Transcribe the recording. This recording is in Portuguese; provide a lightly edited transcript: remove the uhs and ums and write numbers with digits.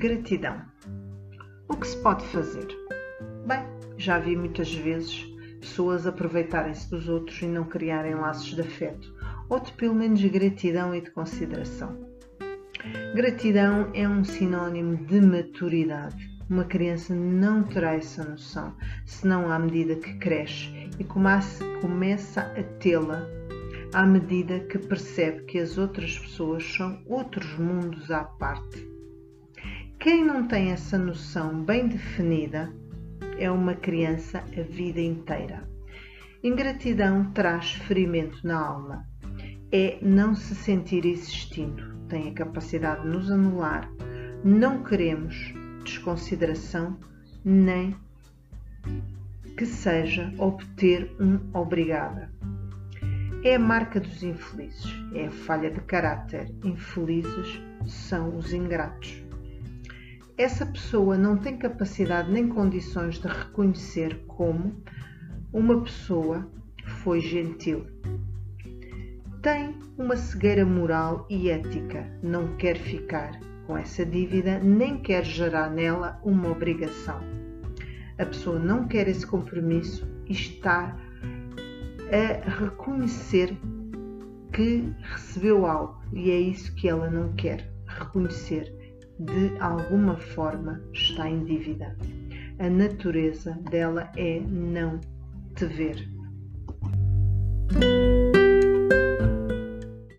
Gratidão. O que se pode fazer? Bem, já vi muitas vezes pessoas aproveitarem-se dos outros e não criarem laços de afeto, ou de pelo menos gratidão e de consideração. Gratidão é um sinónimo de maturidade. Uma criança não terá essa noção, senão à medida que cresce e começa a tê-la à medida que percebe que as outras pessoas são outros mundos à parte. Quem não tem essa noção bem definida é uma criança a vida inteira. Ingratidão traz ferimento na alma. É não se sentir existindo. Tem a capacidade de nos anular. Não queremos desconsideração, nem que seja obter um obrigada. É a marca dos infelizes. É a falha de caráter. Infelizes são os ingratos. Essa pessoa não tem capacidade nem condições de reconhecer como uma pessoa foi gentil. Tem uma cegueira moral e ética, não quer ficar com essa dívida, nem quer gerar nela uma obrigação. A pessoa não quer esse compromisso e está a reconhecer que recebeu algo, e é isso que ela não quer, reconhecer. De alguma forma está em dívida. A natureza dela é não te ver.